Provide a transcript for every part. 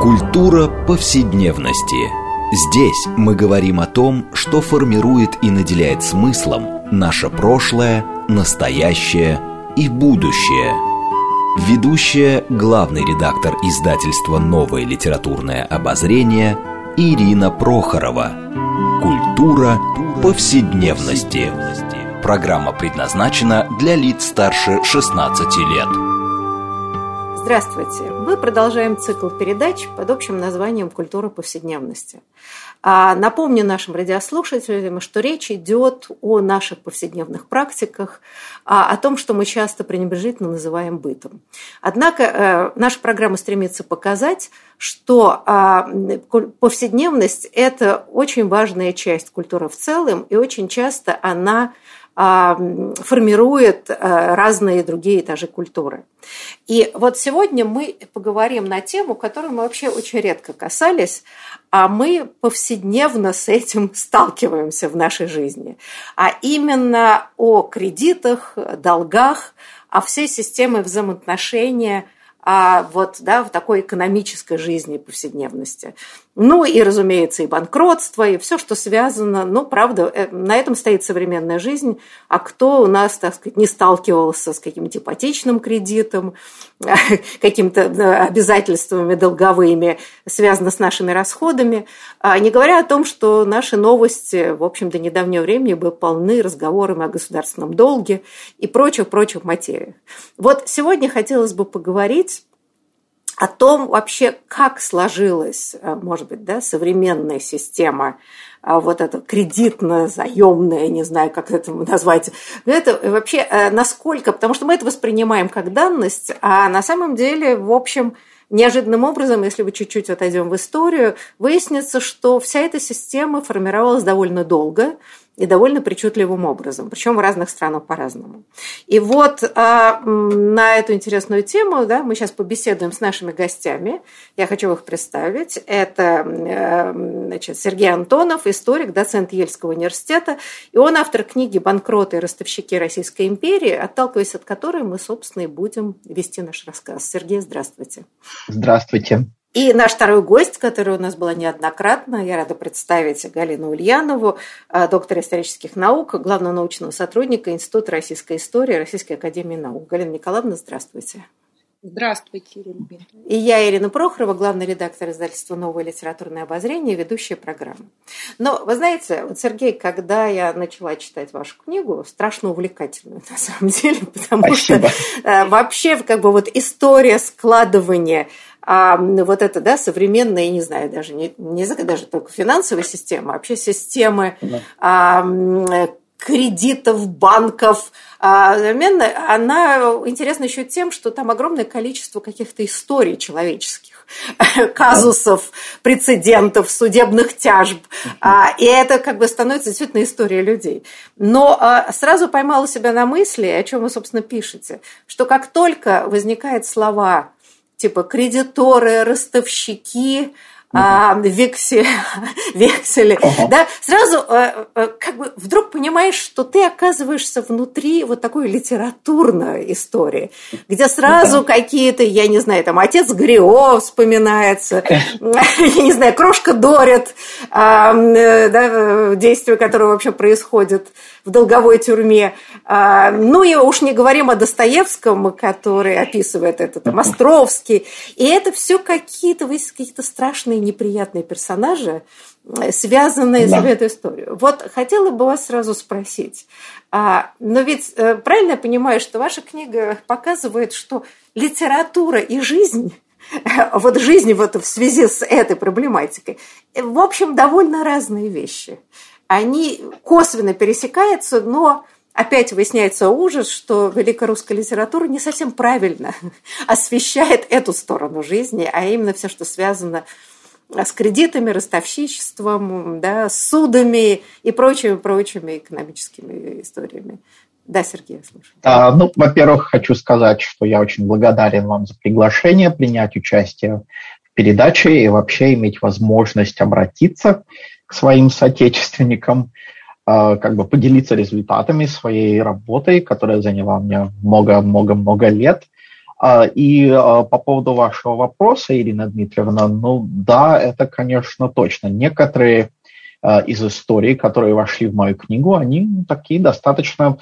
Культура повседневности. Здесь мы говорим о том, что формирует и наделяет смыслом наше прошлое, настоящее и будущее. Ведущая, главный редактор издательства «Новое литературное обозрение» Ирина Прохорова. Культура повседневности. Программа предназначена для лиц старше 16 лет. Здравствуйте! Мы продолжаем цикл передач под общим названием «Культура повседневности». Напомню нашим радиослушателям, что речь идет о наших повседневных практиках, о том, что мы часто пренебрежительно называем бытом. Однако наша программа стремится показать, что повседневность – это очень важная часть культуры в целом, и очень часто она формирует разные другие этажи культуры. И вот сегодня мы поговорим на тему, которую мы вообще очень редко касались, а мы повседневно с этим сталкиваемся в нашей жизни. А именно о кредитах, долгах, о всей системе взаимоотношения в такой экономической жизни повседневности. Ну и, разумеется, и банкротство, и все, что связано. Правда, на этом стоит современная жизнь. А кто у нас, так сказать, не сталкивался с каким-то ипотечным кредитом, какими-то обязательствами долговыми, связано с нашими расходами, не говоря о том, что наши новости, в общем, до недавнего времени были полны разговорами о государственном долге и прочих материях. Вот сегодня хотелось бы поговорить о том вообще, как сложилась, может быть, современная система, вот эта кредитно-заемная, не знаю, как это назвать, это вообще насколько, потому что мы это воспринимаем как данность, а на самом деле, в общем, неожиданным образом, если мы чуть-чуть отойдем в историю, выяснится, что вся эта система формировалась довольно долго и довольно причудливым образом, причем в разных странах по-разному. И вот на эту интересную тему мы сейчас побеседуем с нашими гостями. Я хочу их представить. Это Сергей Антонов, историк, доцент Ельского университета, и он автор книги «Банкроты и ростовщики Российской империи», отталкиваясь от которой мы, собственно, и будем вести наш рассказ. Сергей, здравствуйте. Здравствуйте. И наш второй гость, который у нас была неоднократно, я рада представить Галину Ульянову, доктора исторических наук, главного научного сотрудника Института российской истории Российской академии наук. Галина Николаевна, здравствуйте. Здравствуйте, Ирина. И я, Ирина Прохорова, главный редактор издательства «Новое литературное обозрение», ведущая программы. Но, вы знаете, Сергей, когда я начала читать вашу книгу, страшно увлекательную, на самом деле, потому что вообще история складывания современная, не знаю, даже только финансовая система, а вообще системы кредитов, банков, она интересна еще тем, что там огромное количество каких-то историй человеческих, казусов, прецедентов, судебных тяжб, и это становится действительно историей людей. Но сразу поймала себя на мысли, о чем вы, собственно, пишете, что как только возникают слова типа кредиторы, ростовщики, вексели, сразу вдруг понимаешь, что ты оказываешь внутри вот такой литературной истории, где сразу какие-то, я не знаю, там отец Грио вспоминается, я не знаю, крошка Дорит, действие, которое вообще происходит в долговой тюрьме. Ну и уж не говорим о Достоевском, который описывает это, там, Островский. И это все какие-то страшные, неприятные персонажи, связанные с этой историей. Вот хотела бы вас сразу спросить. Но ведь правильно я понимаю, что ваша книга показывает, что литература и жизнь, жизнь в связи с этой проблематикой, в общем, довольно разные вещи. Они косвенно пересекаются, но опять выясняется ужас, что великая русская литература не совсем правильно освещает эту сторону жизни, а именно все, что связано с кредитами, ростовщичеством, с судами и прочими экономическими историями. Да, Сергей, я слушаю. Во-первых, хочу сказать, что я очень благодарен вам за приглашение принять участие в передаче и вообще иметь возможность обратиться к своим соотечественникам, поделиться результатами своей работы, которая заняла мне много-много-много лет. И по поводу вашего вопроса, Ирина Дмитриевна, ну да, это, конечно, точно. Некоторые из историй, которые вошли в мою книгу, они такие достаточно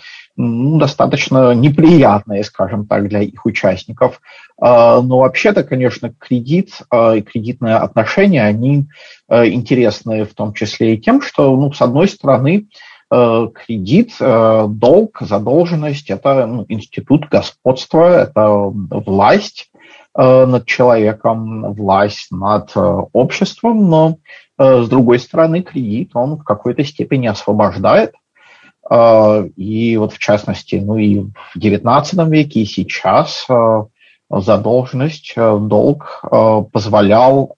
неприятные, скажем так, для их участников. Но вообще-то, конечно, кредит и кредитные отношения, они интересны в том числе и тем, что, с одной стороны, кредит, долг, задолженность – это институт господства, это власть над человеком, власть над обществом, но с другой стороны, кредит, он в какой-то степени освобождает. И вот в частности, и в XIX веке, и сейчас задолженность, долг позволял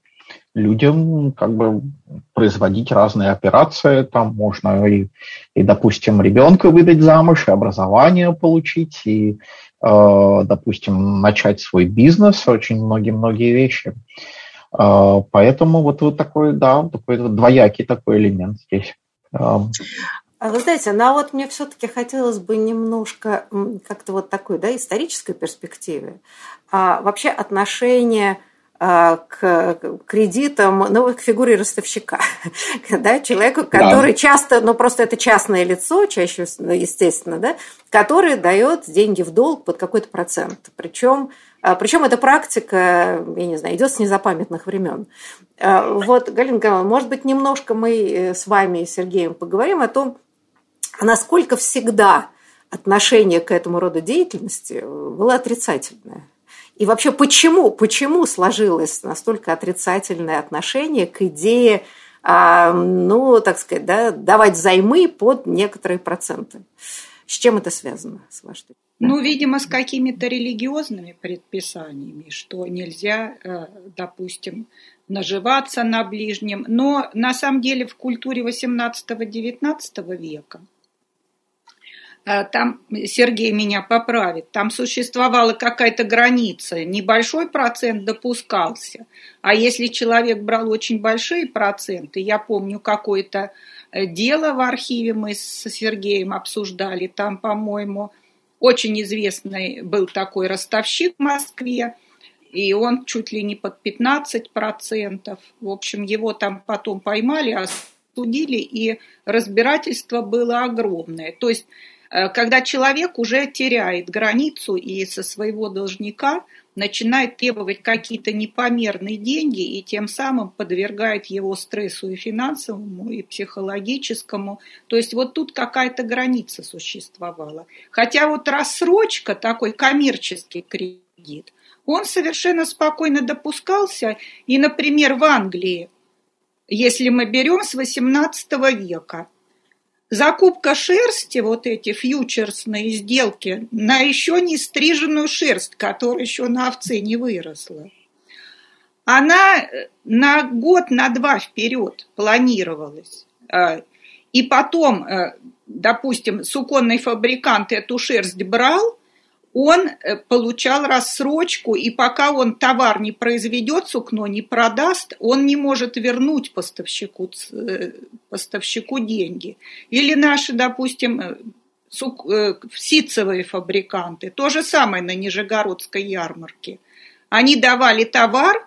людям производить разные операции. Там можно и, допустим, ребенка выдать замуж, и образование получить, и, допустим, начать свой бизнес, очень многие вещи. Поэтому вот такой двоякий такой элемент здесь. Вы знаете, вот мне все-таки хотелось бы немножко как-то такой, исторической перспективе. Вообще отношение к кредитам, к фигуре ростовщика, человеку, который часто, просто это частное лицо, чаще, естественно, который дает деньги в долг под какой-то процент. Причем эта практика, я не знаю, идет с незапамятных времен. Галина Николаевна, может быть, немножко мы с вами и Сергеем поговорим о том, насколько всегда отношение к этому роду деятельности было отрицательное. И вообще, почему сложилось настолько отрицательное отношение к идее, давать взаймы под некоторые проценты? С чем это связано, с вашей точки зрения? Видимо, с какими-то религиозными предписаниями, что нельзя, допустим, наживаться на ближнем. Но на самом деле в культуре XVIII-XIX века, там, Сергей меня поправит, там существовала какая-то граница, небольшой процент допускался, а если человек брал очень большие проценты, я помню какое-то дело в архиве мы с Сергеем обсуждали, там, по-моему, очень известный был такой ростовщик в Москве, и он чуть ли не под 15%, в общем, его там потом поймали, осудили, и разбирательство было огромное, то есть когда человек уже теряет границу и со своего должника начинает требовать какие-то непомерные деньги и тем самым подвергает его стрессу и финансовому, и психологическому. То есть тут какая-то граница существовала. Хотя рассрочка, такой коммерческий кредит, он совершенно спокойно допускался. И, например, в Англии, если мы берем с XVIII века, закупка шерсти, эти фьючерсные сделки, на еще не стриженную шерсть, которая еще на овце не выросла, она на год, на два вперед планировалась. И потом, допустим, суконный фабрикант эту шерсть брал, он получал рассрочку, и пока он товар не произведет, сукно не продаст, он не может вернуть поставщику деньги. Или наши, допустим, ситцевые фабриканты, то же самое на Нижегородской ярмарке. Они давали товар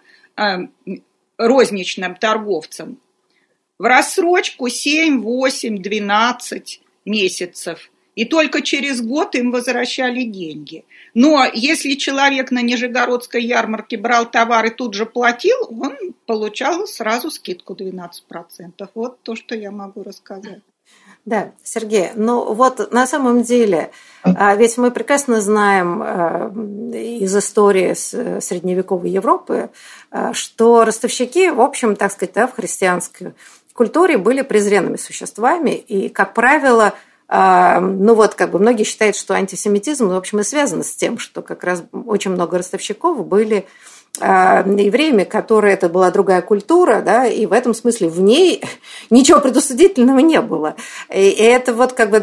розничным торговцам в рассрочку 7, 8, 12 месяцев. И только через год им возвращали деньги. Но если человек на Нижегородской ярмарке брал товар и тут же платил, он получал сразу скидку 12%. Вот то, что я могу рассказать. Да, Сергей, на самом деле, ведь мы прекрасно знаем из истории средневековой Европы, что ростовщики, в общем, так сказать, в христианской культуре были презренными существами, и, как правило, многие считают, что антисемитизм, в общем, и связан с тем, что как раз очень много ростовщиков были евреями, которые, это была другая культура, и в этом смысле в ней ничего предосудительного не было. И это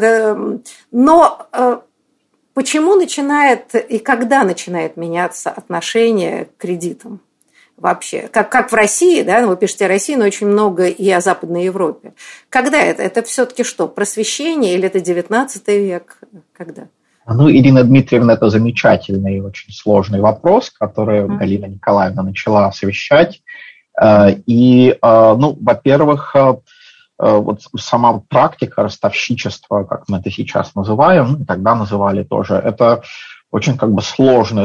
Но почему начинает и когда начинает меняться отношение к кредитам? Вообще, как в России, вы пишете о России, но очень много и о Западной Европе. Когда это? Это все-таки что, просвещение или это 19 век? Когда? Ну, Ирина Дмитриевна, это замечательный и очень сложный вопрос, который Галина Николаевна начала освещать. И, ну, во-первых, вот сама практика ростовщичества, как мы это сейчас называем, ну, тогда называли тоже, это очень как бы сложный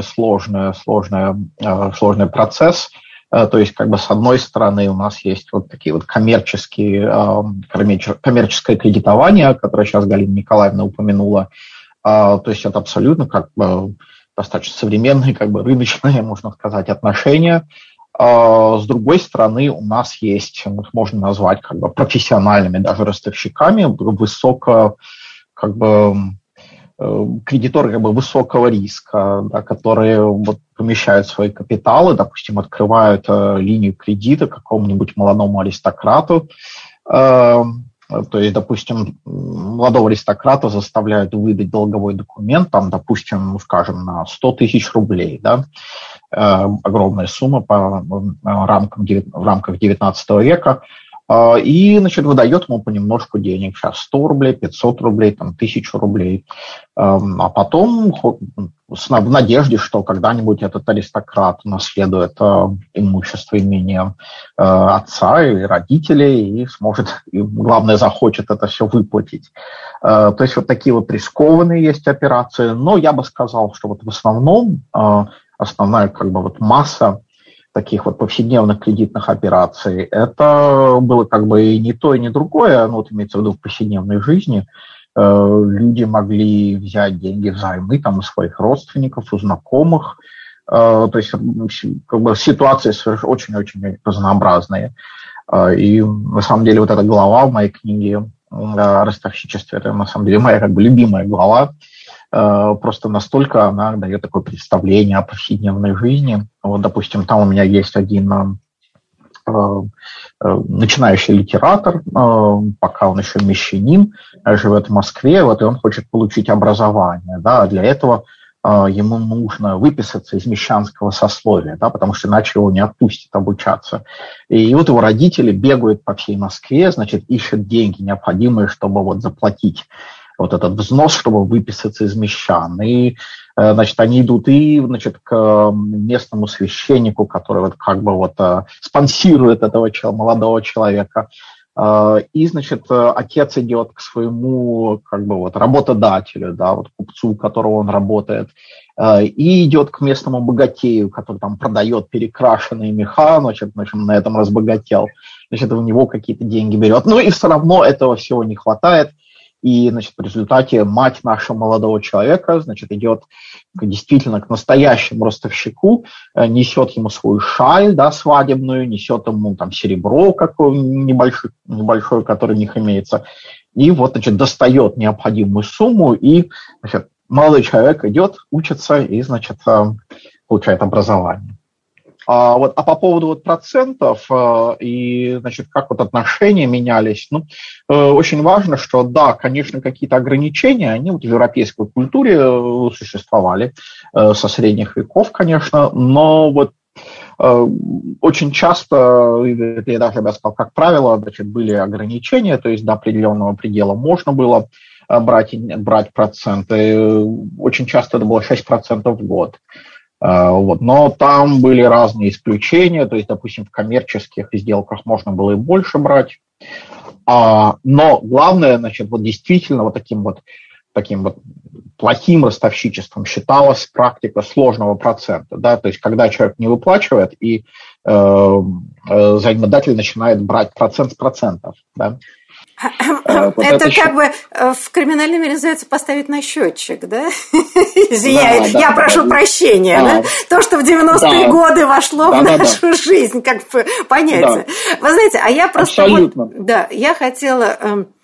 процесс. То есть, как бы, с одной стороны, у нас есть вот такие вот коммерческое кредитование, которое сейчас Галина Николаевна упомянула. То есть, это абсолютно как бы достаточно современные, как бы рыночные, можно сказать, отношения. С другой стороны, у нас есть, их можно назвать как бы профессиональными даже ростовщиками, как бы кредиторы как бы высокого риска, да, которые вот помещают свои капиталы, допустим, открывают линию кредита какому-нибудь молодому аристократу. То есть, допустим, молодого аристократа заставляют выдать долговой документ, там, допустим, ну, скажем, на 100 тысяч рублей, да, огромная сумма в рамках 19 века, и, значит, выдает ему понемножку денег, сейчас 100 рублей, 500 рублей, там, 1000 рублей, а потом в надежде, что когда-нибудь этот аристократ наследует имущество, имение отца и родителей и сможет, и, главное, захочет это все выплатить. То есть вот такие вот рискованные есть операции, но я бы сказал, что вот в основном основная как бы вот масса таких вот повседневных кредитных операций, это было как бы и не то, и не другое, ну вот имеется в виду в повседневной жизни. Люди могли взять деньги взаймы там, у своих родственников, у знакомых. То есть как бы, ситуации очень-очень разнообразные. И на самом деле вот эта глава в моей книге о ростовщичестве, это на самом деле моя как бы любимая глава. Просто настолько она дает такое представление о повседневной жизни. Вот, допустим, там у меня есть один начинающий литератор, пока он еще мещанин, живет в Москве, вот, и он хочет получить образование. Да, а для этого ему нужно выписаться из мещанского сословия, да, потому что иначе его не отпустят обучаться. И вот его родители бегают по всей Москве, значит, ищут деньги, необходимые, чтобы вот заплатить вот этот взнос, чтобы выписаться из мещан. И, значит, они идут и, значит, к местному священнику, который вот как бы вот спонсирует этого молодого человека. И, значит, отец идет к своему как бы вот работодателю, да, вот купцу, у которого он работает, и идет к местному богатею, который там продает перекрашенные меха, значит, на этом разбогател, значит, у него какие-то деньги берет. Ну и все равно этого всего не хватает. И, значит, в результате мать нашего молодого человека, значит, идет действительно к настоящему ростовщику, несет ему свою шаль, да, свадебную, несет ему там серебро какое небольшое, которое у них имеется, и вот, значит, достает необходимую сумму, и, значит, молодой человек идет, учится и, значит, получает образование. А по поводу вот процентов и, значит, как вот отношения менялись, ну, очень важно, что, да, конечно, какие-то ограничения, они вот в европейской культуре существовали со средних веков, конечно, но вот очень часто, я даже бы сказал, как правило, значит, были ограничения, то есть до определенного предела можно было брать проценты, очень часто это было 6% в год. Вот. Но там были разные исключения, то есть, допустим, в коммерческих сделках можно было и больше брать. Но главное, значит, вот действительно вот таким вот плохим ростовщичеством считалась практика сложного процента. Да? То есть, когда человек не выплачивает, и взаимодатель начинает брать процент с процентов. Да? Это как бы в криминальном мире называется поставить на счетчик, да? Извиняюсь, я прошу прощения. Да? То, что в 90-е годы вошло в нашу жизнь, как бы понятие. Вы знаете, а я просто... Абсолютно. Я хотела...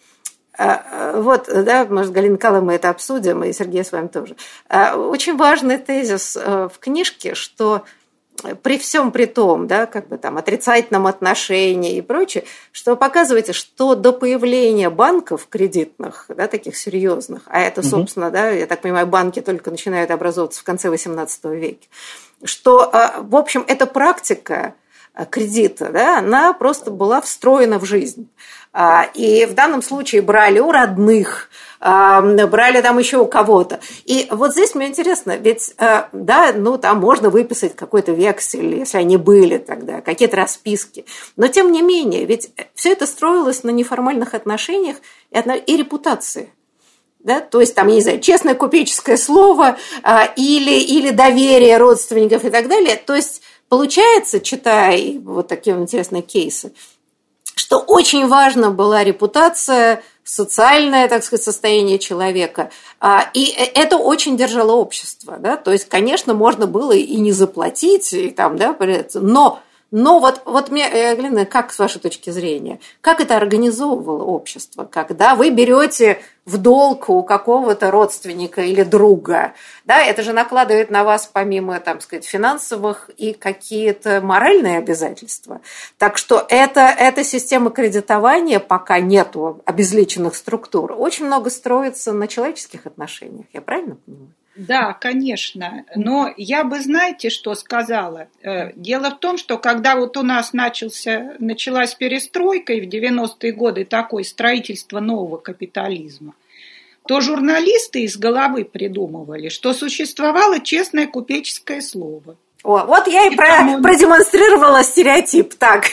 Вот, да, может, Галина Николаевна, мы это обсудим, и Сергей с вами тоже. Очень важный тезис в книжке, что... при всем при том, да, как бы там отрицательном отношении и прочее, что вы показываете, что до появления банков кредитных, да, таких серьезных, а это, собственно, да, я так понимаю, банки только начинают образовываться в конце XVIII века, что, в общем, эта практика кредита, да, она просто была встроена в жизнь. И в данном случае брали у родных, брали там еще у кого-то. И вот здесь мне интересно, ведь, да, ну, там можно выписать какой-то вексель, если они были тогда, какие-то расписки. Но, тем не менее, ведь все это строилось на неформальных отношениях и репутации. Да? То есть, там, я не знаю, честное купеческое слово или доверие родственников и так далее. То есть, получается, читая вот такие интересные кейсы, что очень важна была репутация, социальное, так сказать, состояние человека. И это очень держало общество. Да? То есть, конечно, можно было и не заплатить, и там, да, но вот мне, Галина, как с вашей точки зрения, как это организовывало общество, когда вы берете в долг у какого-то родственника или друга, да, это же накладывает на вас помимо, там сказать, финансовых и какие-то моральные обязательства. Так что эта система кредитования, пока нету обезличенных структур, очень много строится на человеческих отношениях. Я правильно понимаю? Да, конечно, но я бы, знаете, что сказала? Дело в том, что когда вот у нас началась перестройка, и в 90-е годы такое строительство нового капитализма, то журналисты из головы придумывали, что существовало честное купеческое слово. Вот я и продемонстрировала стереотип, так.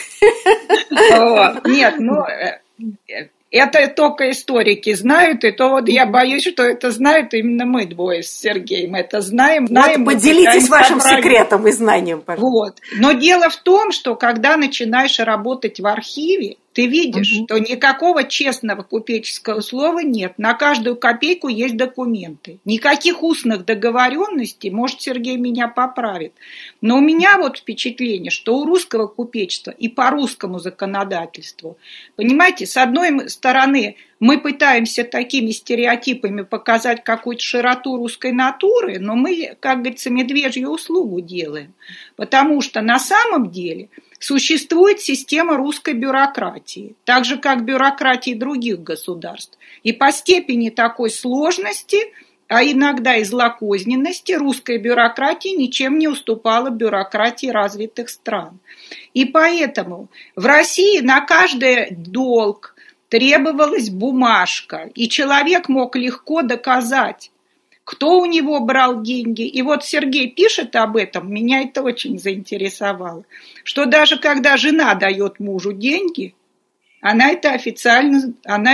Нет, ну... Это только историки знают, и то вот я боюсь, что это знают именно мы двое с Сергеем. Это знаем. Вот поделитесь вашим секретом и знанием, пожалуйста. Вот. Но дело в том, что когда начинаешь работать в архиве, ты видишь, что никакого честного купеческого слова нет. На каждую копейку есть документы. Никаких устных договоренностей, может, Сергей меня поправит. Но у меня вот впечатление, что у русского купечества и по русскому законодательству, понимаете, с одной стороны, мы пытаемся такими стереотипами показать какую-то широту русской натуры, но мы, как говорится, медвежью услугу делаем. Потому что на самом деле существует система русской бюрократии, так же, как бюрократии других государств. И по степени такой сложности, а иногда и злокозненности, русская бюрократия ничем не уступала бюрократии развитых стран. И поэтому в России на каждый долг требовалась бумажка, и человек мог легко доказать, кто у него брал деньги. И вот Сергей пишет об этом, меня это очень заинтересовало, что даже когда жена дает мужу деньги, она это официально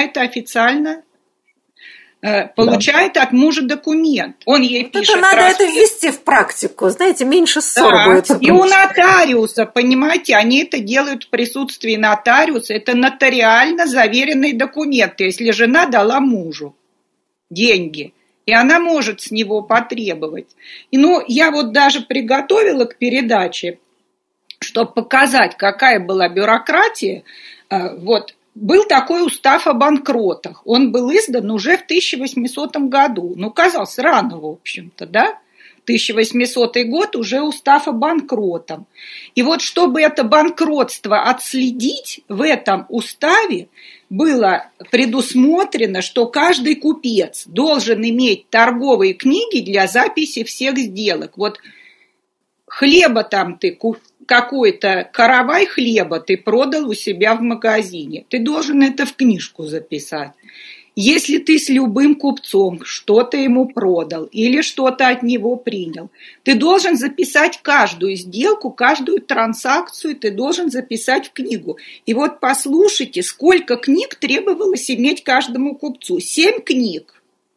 получает от мужа документ. Он ей пишет. Это надо это ввести в практику, знаете, меньше ссор будет. И у нотариуса, понимаете, они это делают в присутствии нотариуса. Это нотариально заверенные документы, если жена дала мужу деньги. И она может с него потребовать. И, я вот даже приготовила к передаче, чтобы показать, какая была бюрократия. Вот, был такой устав о банкротах. Он был издан уже в 1800 году. Казалось, рано, в общем-то, да? 1800 год уже устав о банкротах. И вот, чтобы это банкротство отследить, в этом уставе было предусмотрено, что каждый купец должен иметь торговые книги для записи всех сделок. Вот хлеба там ты, какой-то каравай хлеба ты продал у себя в магазине. Ты должен это в книжку записать. Если ты с любым купцом что-то ему продал или что-то от него принял, ты должен записать каждую сделку, каждую транзакцию, ты должен записать в книгу. И вот послушайте, сколько книг требовалось иметь каждому купцу. 7 книг,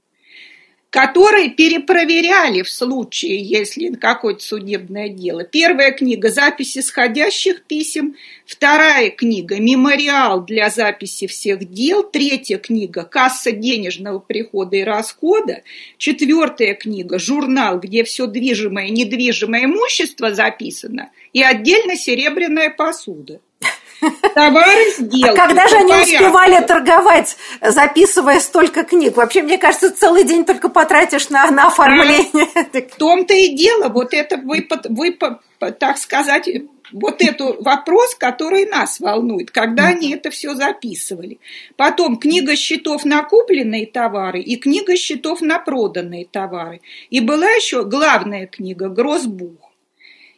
которые перепроверяли в случае, если какое-то судебное дело. Первая книга – записи сходящих писем. Вторая книга – мемориал для записи всех дел. Третья книга – касса денежного прихода и расхода. Четвертая книга – журнал, где все движимое и недвижимое имущество записано. И отдельно серебряная посуда. Товары, сделки. А когда же они успевали торговать, записывая столько книг? Вообще, мне кажется, целый день только потратишь на оформление. В том-то и дело. Вот это вы, так сказать, вот этот вопрос, который нас волнует, когда они это все записывали. Потом книга счетов на купленные товары и книга счетов на проданные товары. И была еще главная книга «Гросбух».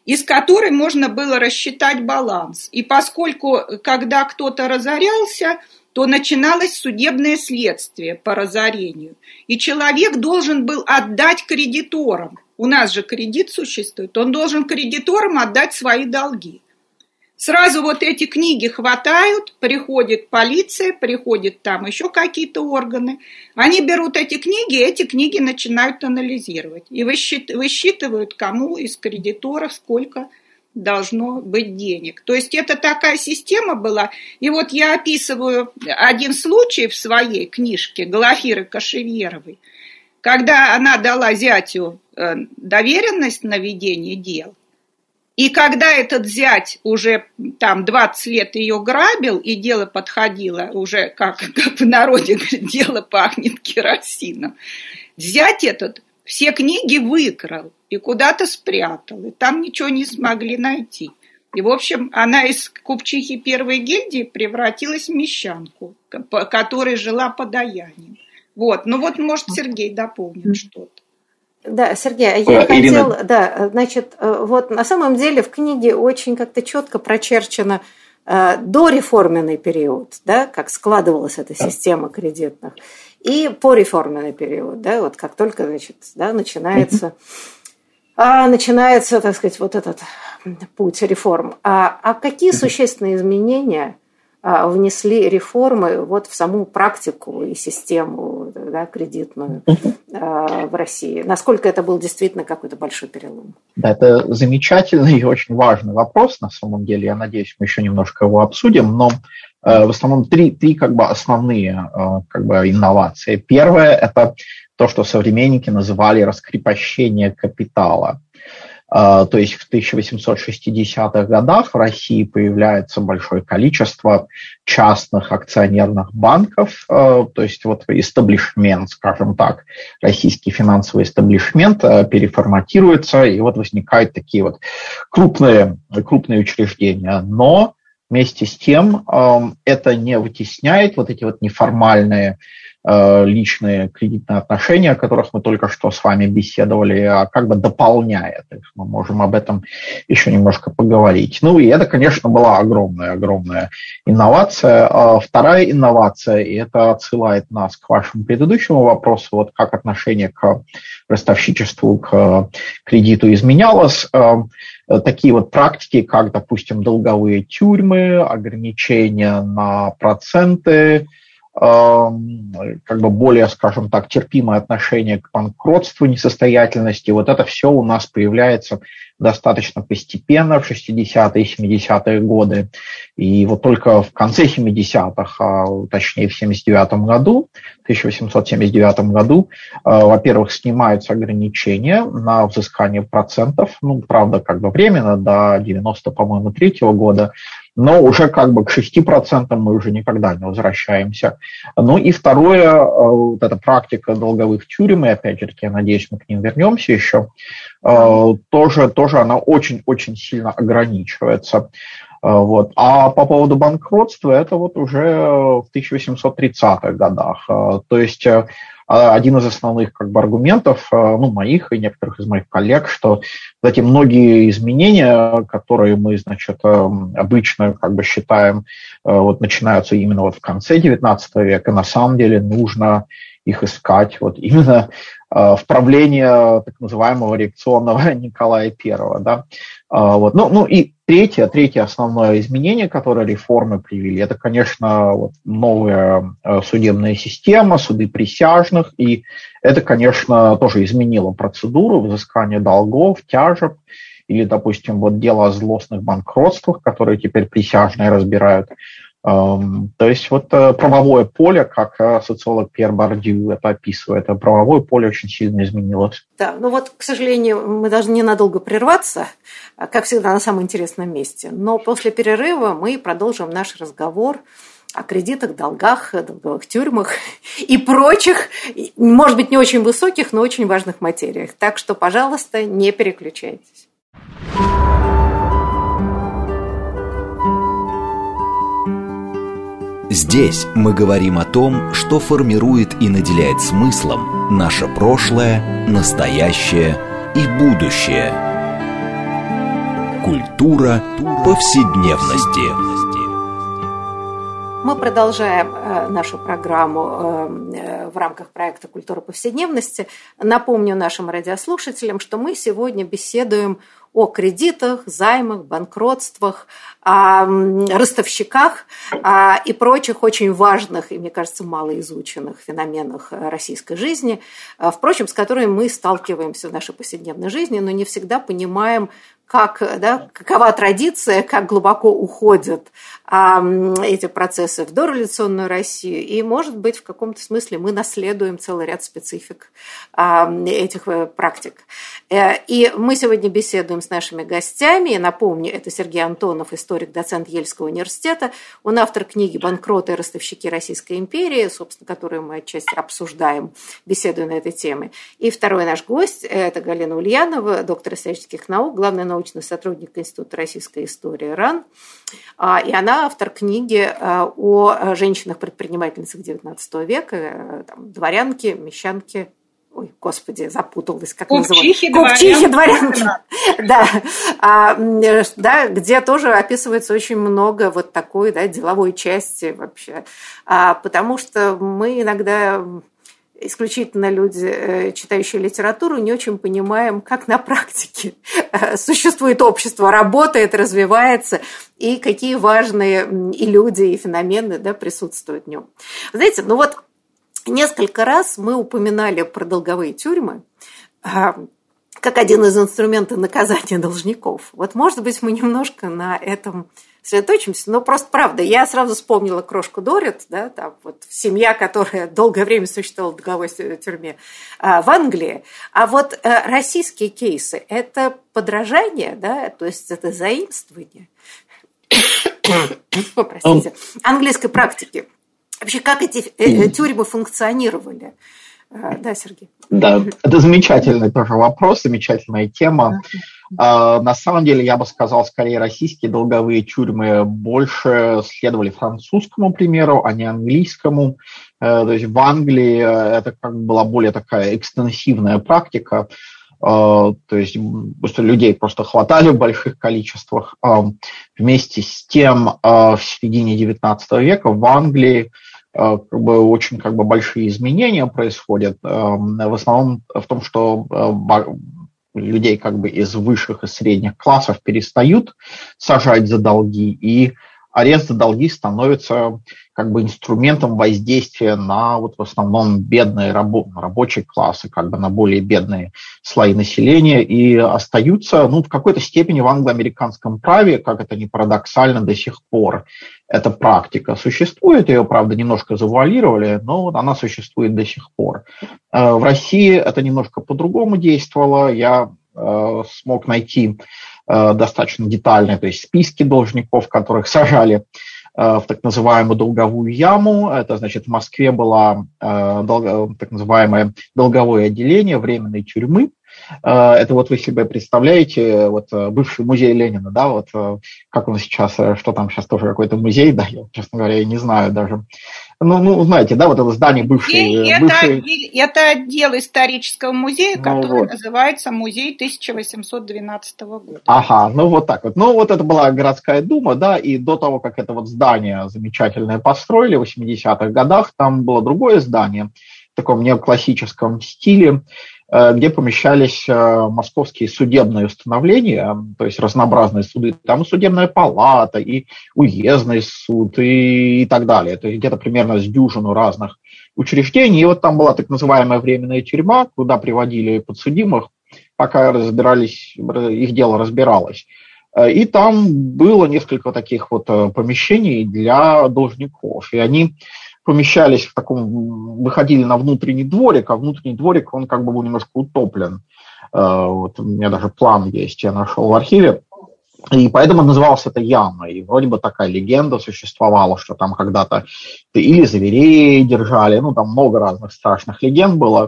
из которой можно было рассчитать баланс. И поскольку, когда кто-то разорялся, то начиналось судебное следствие по разорению. И человек должен был отдать кредиторам. У нас же кредит существует. Он должен кредиторам отдать свои долги. Сразу вот эти книги хватают, приходит полиция, приходят там еще какие-то органы. Они берут эти книги начинают анализировать. И высчитывают, кому из кредиторов сколько должно быть денег. То есть это такая система была. И вот я описываю один случай в своей книжке Глафиры Кашеверовой, когда она дала зятю доверенность на ведение дел. И когда этот зять уже там 20 лет ее грабил, и дело подходило уже, как в народе говорят, дело пахнет керосином, зять этот все книги выкрал и куда-то спрятал, и там ничего не смогли найти. И, в общем, она из купчихи первой гильдии превратилась в мещанку, которая жила подаянием. Вот. Ну вот, может, Сергей дополнит что-то. Да, Сергей, я хотел, да, значит, вот на самом деле в книге очень как-то четко прочерчено дореформенный период, да, как складывалась эта система кредитных, и пореформенный период, да, вот как только, значит, да, начинается, так сказать, вот этот путь реформ. А какие существенные изменения внесли реформы вот в саму практику и систему, да, кредитную в России? Насколько это был действительно какой-то большой перелом? Да, это замечательный и очень важный вопрос, на самом деле. Я надеюсь, мы еще немножко его обсудим, но в основном три как бы основные как бы инновации. Первое – это то, что современники называли раскрепощение капитала. То есть в 1860-х годах в России появляется большое количество частных акционерных банков, то есть вот истеблишмент, скажем так, российский финансовый истеблишмент переформатируется, и вот возникают такие вот крупные учреждения. Но вместе с тем это не вытесняет вот эти вот неформальные личные кредитные отношения, о которых мы только что с вами беседовали, а как бы дополняет их. Мы можем об этом еще немножко поговорить. Ну и это, конечно, была огромная инновация. Вторая инновация, и это отсылает нас к вашему предыдущему вопросу, вот как отношение к ростовщичеству, к кредиту изменялось. Такие вот практики, как, допустим, долговые тюрьмы, ограничения на проценты, как бы более, скажем так, терпимое отношение к банкротству, несостоятельности. Вот это все у нас появляется достаточно постепенно в 60-е и 70-е годы. И вот только в конце 70-х, точнее в 1879 году, во-первых, снимаются ограничения на взыскание процентов, ну, правда, как бы временно, до 93-го года, но уже как бы к 6% мы уже никогда не возвращаемся. Ну и второе, вот эта практика долговых тюрем, и опять же, я надеюсь, мы к ним вернемся еще, тоже она очень-очень сильно ограничивается. Вот. А по поводу банкротства, это вот уже в 1830-х годах. То есть один из основных как бы аргументов, ну, моих и некоторых из моих коллег, что эти многие изменения, которые мы, значит, обычно как бы считаем, вот начинаются именно вот в конце XIX века, на самом деле нужно их искать вот именно в правлении так называемого реакционного Николая I. Да? Вот. Ну и третье основное изменение, которое реформы привели, это, конечно, вот новая судебная система, суды присяжных, и это, конечно, тоже изменило процедуру взыскания долгов, тяжеб, или, допустим, вот дело о злостных банкротствах, которые теперь присяжные разбирают. То есть вот правовое поле, как социолог Пьер Бардью это описывает, правовое поле очень сильно изменилось. Да, ну вот, к сожалению, мы должны ненадолго прерваться, как всегда, на самом интересном месте. Но после перерыва мы продолжим наш разговор о кредитах, долгах, долговых тюрьмах и прочих, может быть, не очень высоких, но очень важных материях. Так что, пожалуйста, не переключайтесь. Здесь мы говорим о том, что формирует и наделяет смыслом наше прошлое, настоящее и будущее. Культура повседневности. Мы продолжаем нашу программу в рамках проекта «Культура повседневности». Напомню нашим радиослушателям, что мы сегодня беседуем о кредитах, займах, банкротствах, о ростовщиках и прочих очень важных и, мне кажется, малоизученных феноменах российской жизни, впрочем, с которыми мы сталкиваемся в нашей повседневной жизни, но не всегда понимаем, какова традиция, как глубоко уходят эти процессы в дореволюционную Россию. И, может быть, в каком-то смысле мы наследуем целый ряд специфик этих практик. И мы сегодня беседуем с нашими гостями. Напомню, это Сергей Антонов, историк, доцент Ельского университета. Он автор книги «Банкроты и ростовщики Российской империи», собственно, которую мы отчасти обсуждаем, беседуя на этой теме. И второй наш гость – это Галина Ульянова, доктор исторических наук, главный научный сотрудник Института российской истории РАН. И она автор книги о женщинах-предпринимательницах XIX века, дворянки, мещанки. Ой, господи, запуталась, как называется. Купчихи, дворянки. Да, где тоже описывается очень много вот такой деловой части вообще. Потому что мы иногда, исключительно люди, читающие литературу, не очень понимаем, как на практике существует общество, работает, развивается, и какие важные и люди, и феномены присутствуют в нем. Знаете, несколько раз мы упоминали про долговые тюрьмы как один из инструментов наказания должников. Вот, может быть, мы немножко на этом сосредоточимся, но просто правда. Я сразу вспомнила крошку Дорит, семья, которая долгое время существовала в долговой тюрьме в Англии. А вот российские кейсы – это подражание, то есть это заимствование английской практики. Вообще, как эти тюрьмы функционировали? Да, Сергей? Да, это замечательный тоже вопрос, замечательная тема. На самом деле, я бы сказал, скорее, российские долговые тюрьмы больше следовали французскому примеру, а не английскому. То есть в Англии это была более такая экстенсивная практика. То есть людей просто хватали в больших количествах. Вместе с тем, в середине XIX века в Англии очень большие изменения происходят. В основном в том, что людей из высших и средних классов перестают сажать за долги, и арест за долги становится инструментом воздействия на в основном бедные рабочие классы, на более бедные слои населения, и остаются в какой-то степени в англо-американском праве, как это ни парадоксально, до сих пор эта практика существует. Ее, правда, немножко завуалировали, но она существует до сих пор. В России это немножко по-другому действовало. Я смог найти достаточно детальные, то есть списки должников, которых сажали в так называемую долговую яму. Это значит, в Москве было так называемое долговое отделение временной тюрьмы. Это вы себе представляете, бывший музей Ленина, как он сейчас, что там сейчас тоже какой-то музей, я, честно говоря, я не знаю даже. Знаете, это здание бывшее. Это отдел исторического музея, который называется Музей 1812 года. Ага, так вот. Это была городская дума, и до того, как это здание замечательное построили в 80-х годах, там было другое здание в таком неоклассическом стиле, где помещались московские судебные установления, то есть разнообразные суды. Там и судебная палата, и уездный суд, и так далее. То есть где-то примерно с дюжину разных учреждений. И там была так называемая временная тюрьма, куда приводили подсудимых, пока их дело разбиралось. И там было несколько таких помещений для должников. И они помещались в таком, выходили на внутренний дворик, а внутренний дворик, он был немножко утоплен. У меня даже план есть, я нашел в архиве. И поэтому называлась это яма. И вроде бы такая легенда существовала, что там когда-то или зверей держали, там много разных страшных легенд было.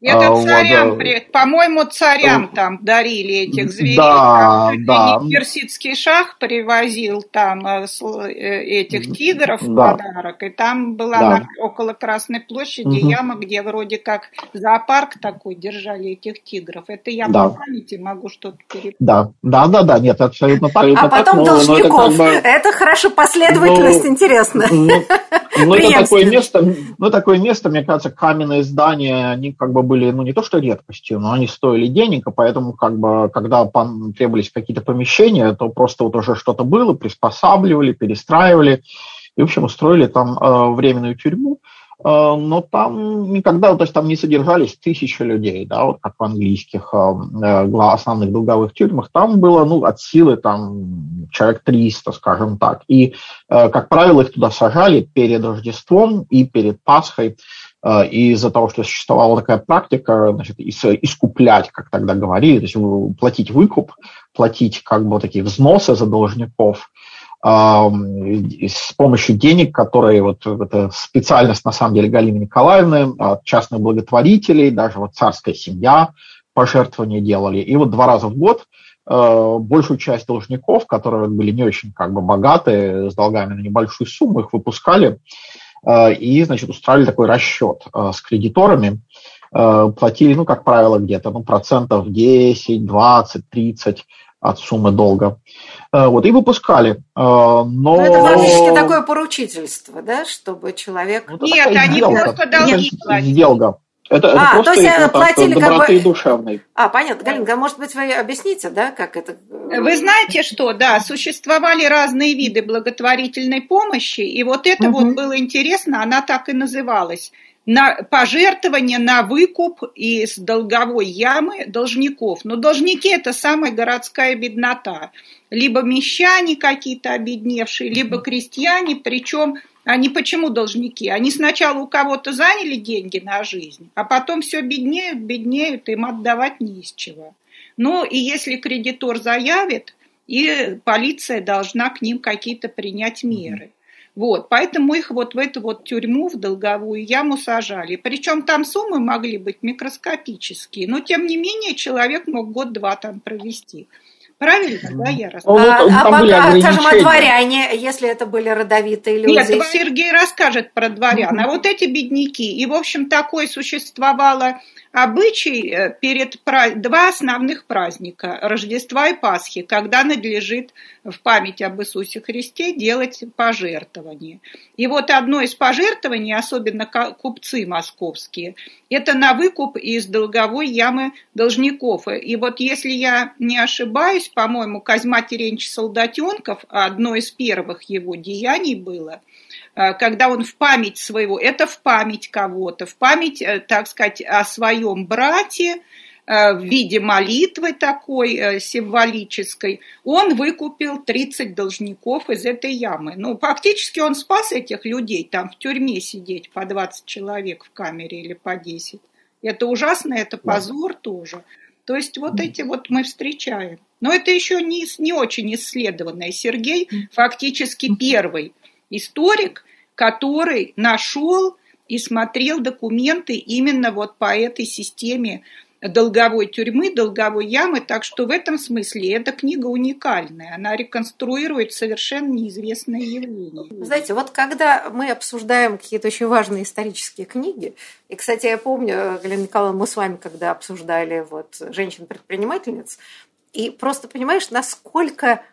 Это царям, по-моему, царям там дарили этих зверей. Да, да. Персидский шах привозил там этих тигров в подарок, и там была около Красной площади яма, где вроде как зоопарк такой, держали этих тигров. Это я по памяти могу что-то перепутать. Да, нет, абсолютно так. А потом Должников. Это хорошо, последовательность интересна. Это такое место, мне кажется, каменные здания, они как бы были, не то что редкостью, но они стоили денег, и поэтому как бы, когда требовались какие-то помещения, то просто вот уже что-то было, приспосабливали, перестраивали, и, в общем, устроили там временную тюрьму, но там никогда, то есть там не содержались тысячи людей, да, вот как в английских основных долговых тюрьмах, там было, от силы там человек 300, скажем так, и, как правило, их туда сажали перед Рождеством и перед Пасхой, и из-за того, что существовала такая практика, значит, искуплять, как тогда говорили, то есть платить выкуп, платить как бы такие взносы за должников, с помощью денег, которые это специальность, на самом деле, Галины Николаевны, частных благотворителей, даже царская семья пожертвования делали. И 2 раза в год большую часть должников, которые были не очень как бы богатые, с долгами на небольшую сумму, их выпускали и, значит, устраивали такой расчет с кредиторами, платили, как правило, где-то процентов 10, 20, 30 от суммы долга. И выпускали. Но это фактически такое поручительство, да, чтобы человек... Нет, они просто долги платили. Сделка. Это просто то есть платили доброты душевной. Понятно. Галина, может быть, вы объясните, да, как это... Вы знаете что, да, существовали разные виды благотворительной помощи, и это было интересно, она так и называлась. На пожертвование на выкуп из долговой ямы должников. Но должники – это самая городская беднота. Либо мещане какие-то обедневшие, либо крестьяне. Причем они почему должники? Они сначала у кого-то заняли деньги на жизнь, а потом все беднеют, им отдавать не из чего. И если кредитор заявит, и полиция должна к ним какие-то принять меры. Поэтому их в эту тюрьму, в долговую яму сажали. Причем там суммы могли быть микроскопические, но тем не менее человек мог 1-2 там провести. Правильно, да, я рассказываю? Скажем, а дворяне, если это были родовитые люди? Нет, Сергей расскажет про дворян. А эти бедняки. И, в общем, такое существовало обычай перед 2 основных праздника – Рождества и Пасхи, когда надлежит в память об Иисусе Христе делать пожертвования. И одно из пожертвований, особенно купцы московские, это на выкуп из долговой ямы должников. И если я не ошибаюсь, по-моему, Козьма Терентьевич Солдатенков, одно из первых его деяний было, когда он в память своего, это в память кого-то, в память, так сказать, о своем брате, в виде молитвы такой символической, он выкупил 30 должников из этой ямы. Фактически он спас этих людей, там в тюрьме сидеть по 20 человек в камере или по 10. Это ужасно, это позор тоже. То есть эти мы встречаем. Но это еще не очень исследованное. Сергей фактически первый историк, который нашел и смотрел документы именно по этой системе долговой тюрьмы, долговой ямы. Так что в этом смысле эта книга уникальная. Она реконструирует совершенно неизвестное явление. Знаете, когда мы обсуждаем какие-то очень важные исторические книги, и, кстати, я помню, Галина Николаевна, мы с вами когда обсуждали женщин-предпринимательниц, и просто понимаешь, насколько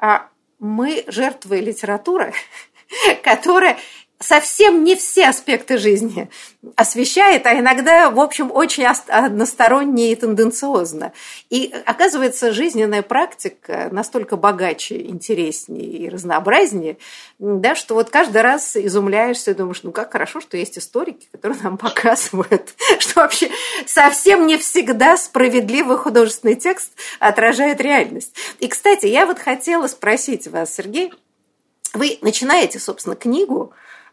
мы жертвы литературы, которая совсем не все аспекты жизни освещает, а иногда, в общем, очень односторонне и тенденциозно. И оказывается, жизненная практика настолько богаче, интереснее и разнообразнее, да, что каждый раз изумляешься и думаешь, как хорошо, что есть историки, которые нам показывают, что вообще совсем не всегда справедливый художественный текст отражает реальность. И, кстати, я хотела спросить вас, Сергей, вы начинаете, собственно, книгу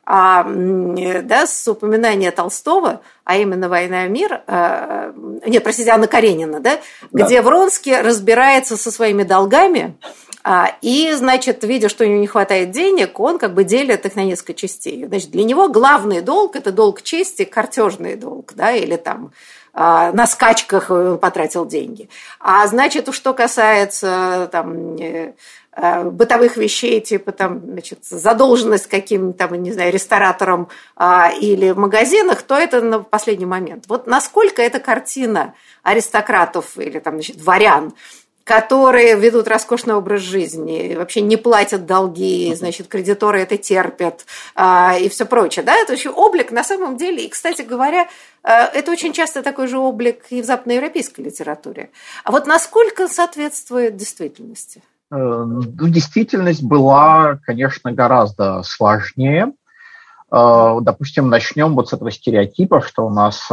с упоминания Толстого, а именно «Война и мир», Анна Каренина, где Вронский разбирается со своими долгами, и, значит, видя, что у него не хватает денег, он делит их на несколько частей. Значит, для него главный долг – это долг чести, картежный долг, или на скачках потратил деньги. А значит, что касается там, бытовых вещей, типа там, значит, задолженность каким-то, там, не знаю, рестораторам или в магазинах, то это на последний момент. Вот насколько эта картина аристократов или там, значит, дворян, которые ведут роскошный образ жизни, вообще не платят долги, значит, кредиторы это терпят и все прочее. Да? Это еще облик на самом деле, и, кстати говоря, это очень часто такой же облик и в западноевропейской литературе. А вот насколько соответствует действительности? Действительность была, конечно, гораздо сложнее. Допустим, начнем вот с этого стереотипа, что у нас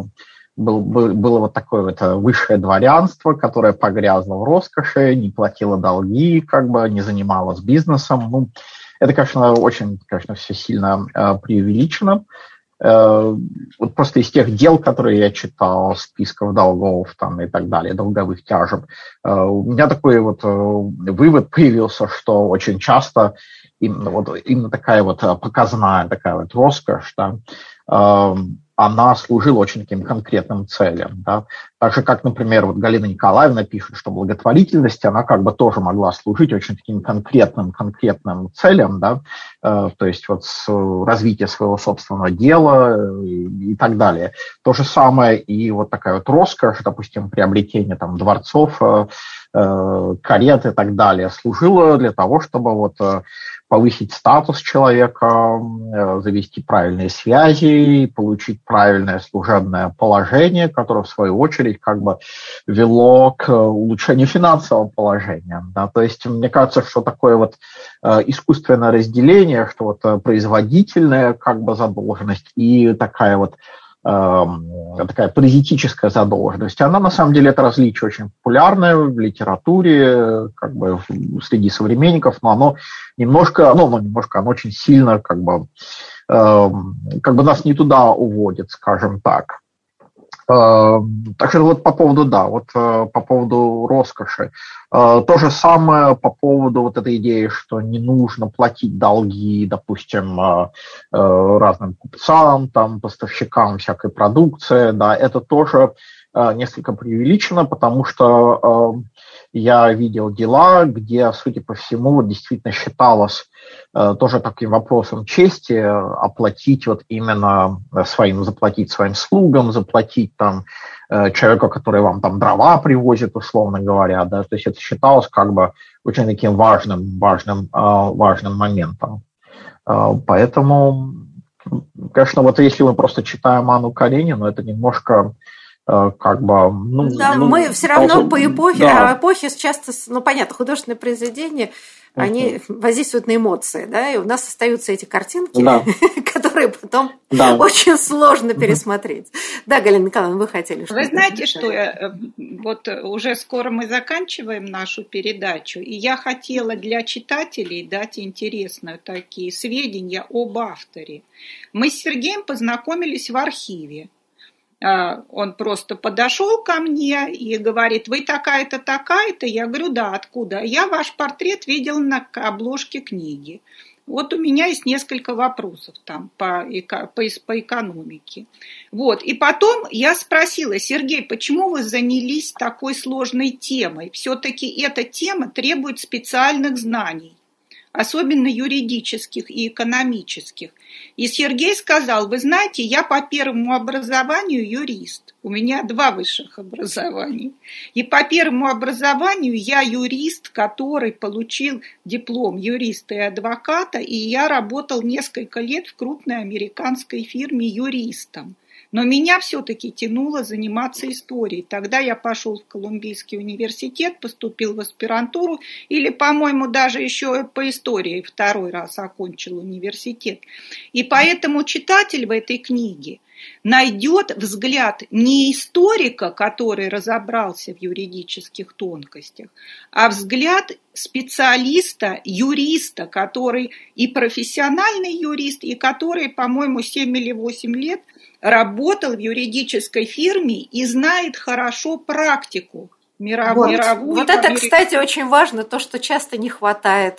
было вот такое вот высшее дворянство, которое погрязло в роскоши, не платило долги, как бы не занималось бизнесом. Ну, это, конечно, очень, конечно, все сильно преувеличено. Вот просто из тех дел, которые я читал, списков долгов там, и так далее, долговых тяжеб, у меня такой вот вывод появился, что очень часто именно такая вот показная такая вот роскошь, да, она служила очень таким конкретным целям. Да. Так же, как, например, вот Галина Николаевна пишет, что благотворительность, она как бы тоже могла служить очень таким конкретным целям, да, то есть вот развитие своего собственного дела и так далее. То же самое и вот такая вот роскошь, допустим, приобретение там дворцов, карет и так далее, служила для того, чтобы вот повысить статус человека, завести правильные связи, получить правильное служебное положение, которое, в свою очередь, как бы вело к улучшению финансового положения. Да? То есть, мне кажется, что такое вот искусственное разделение, что вот производительная как бы задолженность и такая вот такая паразитическая задолженность, она на самом деле это различие очень популярное в литературе, как бы среди современников, но оно немножко, оно очень сильно как бы нас не туда уводит, скажем так. Так что вот по поводу, да, вот по поводу роскоши. То же самое по поводу вот этой идеи, что не нужно платить долги, допустим, разным купцам, там, поставщикам всякой продукции, да, это тоже несколько преувеличено, потому что я видел дела, где, судя по всему, вот действительно считалось тоже таким вопросом чести оплатить вот именно заплатить своим слугам, заплатить там человеку, который вам там дрова привозит, условно говоря, да, то есть это считалось как бы очень таким важным моментом. Поэтому, конечно, вот если мы просто читаем Анну Каренину, это немножко как бы... мы все равно по эпохе часто, понятно, художественные произведения, они воздействуют на эмоции, да, и у нас остаются эти картинки, которые потом очень сложно пересмотреть. Да, Галина Николаевна, вы хотели что-то? Вы знаете, что вот уже скоро мы заканчиваем нашу передачу, и я хотела для читателей дать интересные такие сведения об авторе. Мы с Сергеем познакомились в архиве. Он просто подошел ко мне и говорит: вы такая-то, такая-то? Я говорю: да, откуда? Я ваш портрет видел на обложке книги. Вот у меня есть несколько вопросов там по экономике. Вот. И потом я спросила: Сергей, почему вы занялись такой сложной темой? Все-таки эта тема требует специальных знаний, особенно юридических и экономических. И Сергей сказал: вы знаете, я по первому образованию юрист. У меня 2 высших образования. И по первому образованию я юрист, который получил диплом юриста и адвоката, и я работал несколько лет в крупной американской фирме юристом. Но меня все-таки тянуло заниматься историей. Тогда я пошел в Колумбийский университет, поступил в аспирантуру, или, по-моему, даже еще по истории 2 раз окончил университет. И поэтому читатель в этой книге найдет взгляд не историка, который разобрался в юридических тонкостях, а взгляд специалиста, юриста, который и профессиональный юрист, и который, по-моему, 7 или 8 лет работал в юридической фирме и знает хорошо практику мировую. Вот это, кстати, очень важно, то, что часто не хватает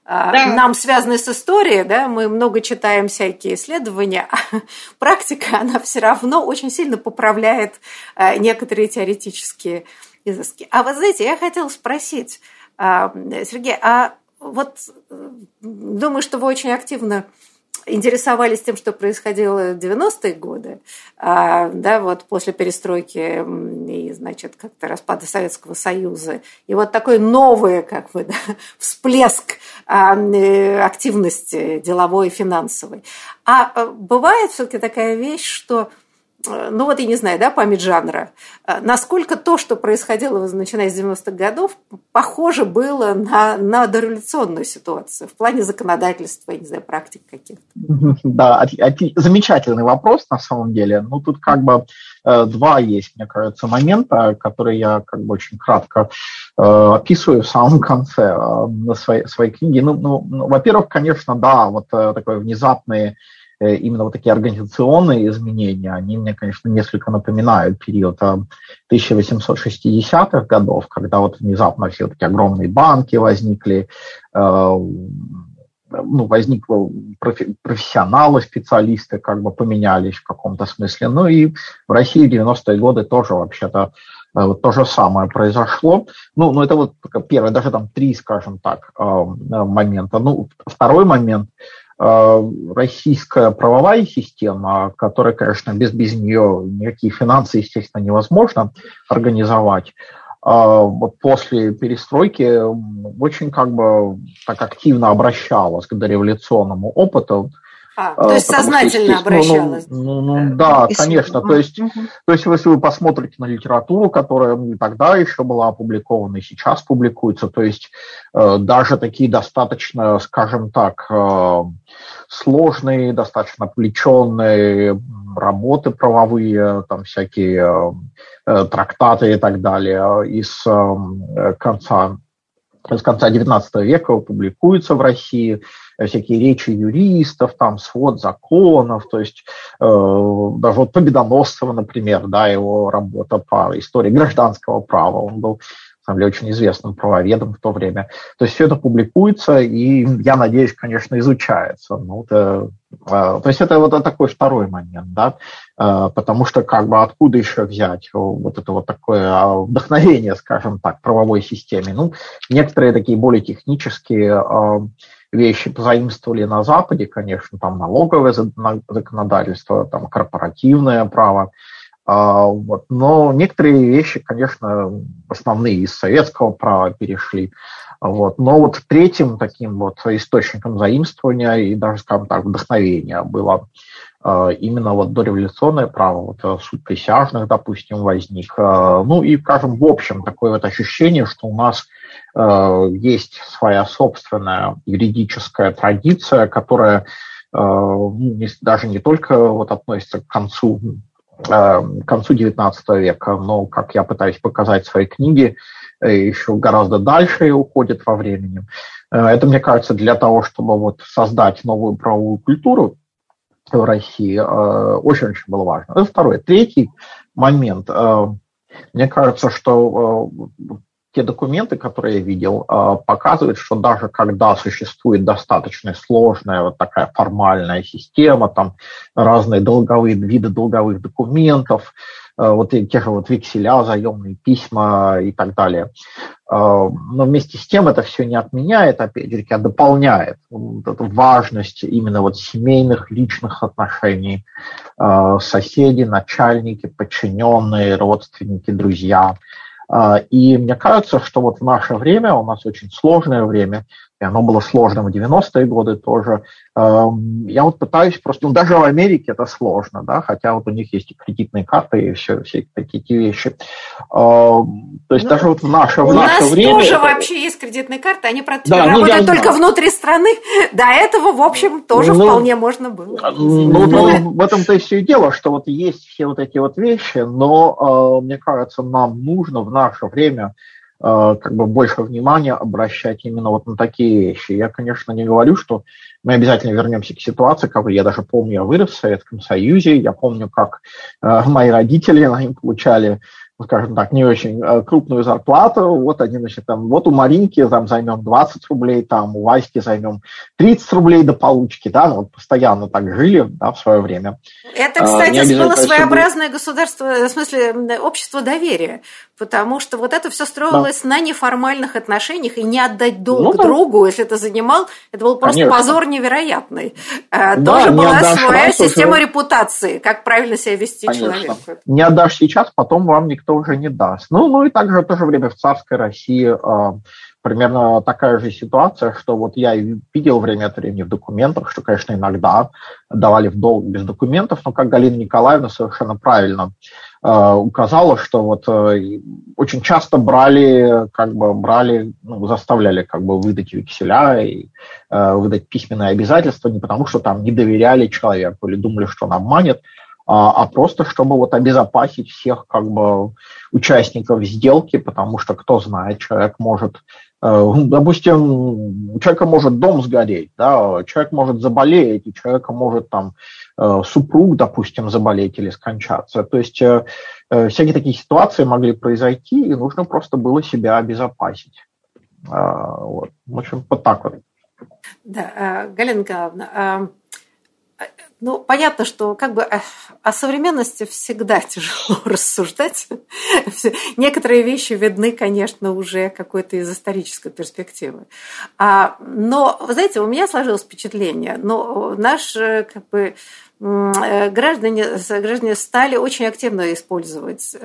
нам связаны с историей, да, мы много читаем всякие исследования, а практика, она все равно очень сильно поправляет некоторые теоретические изыски. А вы знаете, я хотела спросить, Сергей, вот думаю, что вы очень активно интересовались тем, что происходило в 90-е годы, да, вот после перестройки и, значит, как-то распада Советского Союза, и вот такой новый, как бы, да, всплеск активности деловой и финансовой. А бывает все-таки такая вещь, что, ну вот я не знаю, да, память жанра, насколько то, что происходило, начиная с 90-х годов, похоже было на дореволюционную ситуацию в плане законодательства, я не знаю, практик каких-то. Да, замечательный вопрос на самом деле. Ну, тут как бы два есть, мне кажется, момента, которые я как бы очень кратко описываю в самом конце своей книги. Ну, во-первых, конечно, да, вот такой внезапный именно вот такие организационные изменения, они мне, конечно, несколько напоминают период 1860-х годов, когда вот внезапно все такие огромные банки возникли, возникли профессионалы, специалисты как бы поменялись в каком-то смысле. Ну и в России в 90-е годы тоже вообще-то вот то же самое произошло. Ну, это вот первое, даже там три, скажем так, момента. Ну, второй момент – российская правовая система, которая, конечно, без нее никакие финансы, естественно, невозможно организовать. Вот после перестройки очень как бы так активно обращалась к дореволюционному опыту. То есть сознательно обращалась. Да, конечно. То есть, если вы посмотрите на литературу, которая и тогда еще была опубликована, и сейчас публикуется, то есть даже такие достаточно, скажем так, сложные, достаточно отвлеченные работы правовые, там всякие трактаты и так далее с конца XIX века публикуются в России, всякие речи юристов, там свод законов, то есть даже вот Победоносцева, например, да, его работа по истории гражданского права, он был, на самом деле, очень известным правоведом в то время. То есть все это публикуется и, я надеюсь, конечно, изучается. То есть это вот такой второй момент, да, потому что как бы откуда еще взять вот это вот такое вдохновение, скажем так, в правовой системе. Ну, некоторые такие более технические вещи позаимствовали на Западе, конечно, там налоговое законодательство, там корпоративное право, но некоторые вещи, конечно, основные из советского права перешли. Но вот третьим таким вот источником заимствования и даже, скажем так, вдохновения было именно вот дореволюционное право, вот суд присяжных, допустим, возник. Ну и, скажем, в общем, такое вот ощущение, что у нас есть своя собственная юридическая традиция, которая даже не только вот относится к концу XIX века, но, как я пытаюсь показать в своей книге, еще гораздо дальше уходит во времени. Это, мне кажется, для того, чтобы вот создать новую правовую культуру в России, очень-очень было важно. Это второй. Третий момент. Мне кажется, что те документы, которые я видел, показывают, что даже когда существует достаточно сложная вот такая формальная система, там разные виды долговых документов, вот те же вот векселя, заемные письма и так далее. Но вместе с тем это все не отменяет, опять же, а дополняет вот эту важность именно вот семейных, личных отношений, соседи, начальники, подчиненные, родственники, друзья. И мне кажется, что вот в наше время, у нас очень сложное время, и оно было сложным в 90-е годы тоже. Я вот пытаюсь просто, даже в Америке это сложно, да, хотя вот у них есть и кредитные карты, и все такие вещи. То есть даже вот в наше время... У нас тоже вообще есть кредитные карты, они, правда, работают только внутри страны. До этого, в общем, тоже вполне можно было. В этом-то и все и дело, что вот есть все вот эти вот вещи, но, мне кажется, нам нужно в наше время как бы больше внимания обращать именно вот на такие вещи. Я, конечно, не говорю, что мы обязательно вернемся к ситуации, как я даже помню, я вырос в Советском Союзе, я помню, как мои родители, они получали скажем так, не очень крупную зарплату, вот они, значит, там, вот у Маринки там займем 20 рублей, там, у Васьки займем 30 рублей до получки, да, ну, вот постоянно так жили, да, в свое время. Это, кстати, было своеобразное государство, в смысле, общество доверия, потому что вот это все строилось на неформальных отношениях, и не отдать долг другу, если ты занимал, это был просто позор невероятный. Тоже была своя система репутации, как правильно себя вести человеку. Не отдашь сейчас, потом вам никто уже не даст. Ну и также в то же время в царской России примерно такая же ситуация, что вот я видел время от времени в документах, что, конечно, иногда давали в долг без документов, но как Галина Николаевна совершенно правильно указала, что вот очень часто заставляли выдать векселя и выдать письменные обязательства не потому, что там не доверяли человеку или думали, что он обманет, а просто чтобы вот обезопасить всех участников сделки, потому что, кто знает, человек может, допустим, у человека может дом сгореть, да, человек может заболеть, у человека может супруг, допустим, заболеть или скончаться. То есть всякие такие ситуации могли произойти, и нужно просто было себя обезопасить. Вот. В общем, вот так вот. Да, Галина Николаевна, ну, понятно, что о современности всегда тяжело рассуждать. Некоторые вещи видны, конечно, уже какой-то из исторической перспективы. Но, вы знаете, у меня сложилось впечатление, наши граждане стали очень активно использовать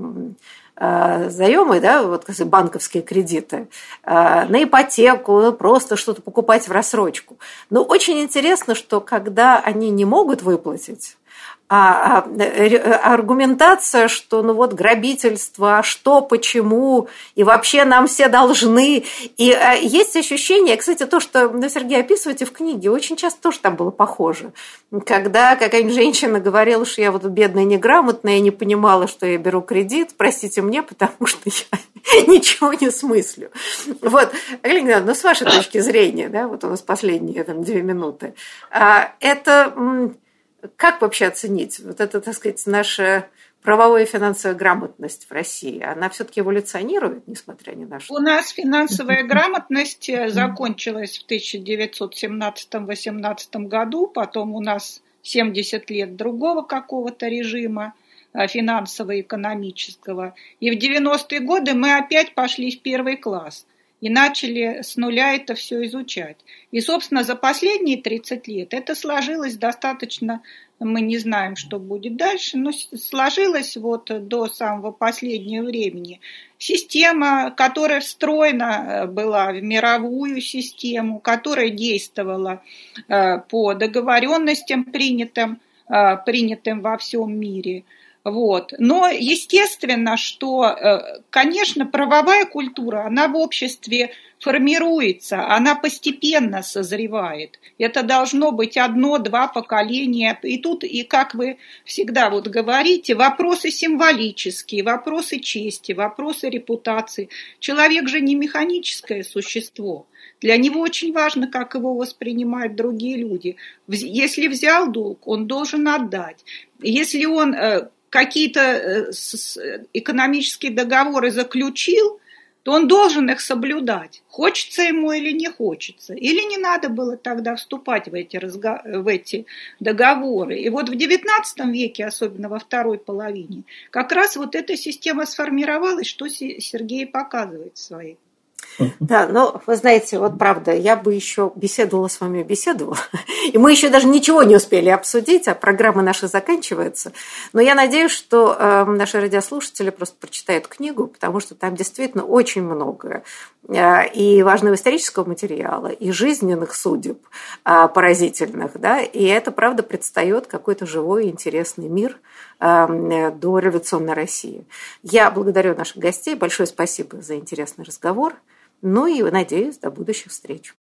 заемы, да, банковские кредиты, на ипотеку, просто что-то покупать в рассрочку. Но очень интересно, что когда они не могут выплатить, аргументация, что грабительство, что, почему, и вообще нам все должны. И есть ощущение, кстати, то, что вы, Сергей, описываете в книге, очень часто тоже там было похоже. Когда какая-нибудь женщина говорила, что я бедная, неграмотная, я не понимала, что я беру кредит, простите мне, потому что я ничего не смыслю. Вот, Галина, с вашей точки зрения, да, вот у нас последние 2 минуты, это... Как вообще оценить вот это, так сказать, наша правовая и финансовая грамотность в России? Она все-таки эволюционирует, несмотря ни на что? У нас финансовая грамотность закончилась в 1917-18 году, потом у нас 70 лет другого какого-то режима финансово-экономического. И в 90-е годы мы опять пошли в 1 класс. И начали с нуля это все изучать. И, собственно, за последние 30 лет это сложилось достаточно, мы не знаем, что будет дальше, но сложилось до самого последнего времени. Система, которая встроена была в мировую систему, которая действовала по договоренностям, принятым во всем мире. Но естественно, что, конечно, правовая культура, она в обществе формируется, она постепенно созревает. Это должно быть 1-2 поколения. И тут, как вы всегда говорите, вопросы символические, вопросы чести, вопросы репутации. Человек же не механическое существо. Для него очень важно, как его воспринимают другие люди. Если взял долг, он должен отдать. Если он какие-то экономические договоры заключил, то он должен их соблюдать, хочется ему или не хочется. Или не надо было тогда вступать в эти договоры. И в XIX веке, особенно во второй половине, как раз эта система сформировалась, что Сергей показывает в своей. Да, вы знаете, правда, я бы еще беседовала с вами, и мы еще даже ничего не успели обсудить, а программа наша заканчивается. Но я надеюсь, что наши радиослушатели просто прочитают книгу, потому что там действительно очень много и важного исторического материала, и жизненных судеб поразительных, да, и это, правда, предстает какой-то живой, интересный мир до революционной России. Я благодарю наших гостей, большое спасибо за интересный разговор. И надеюсь, до будущих встреч.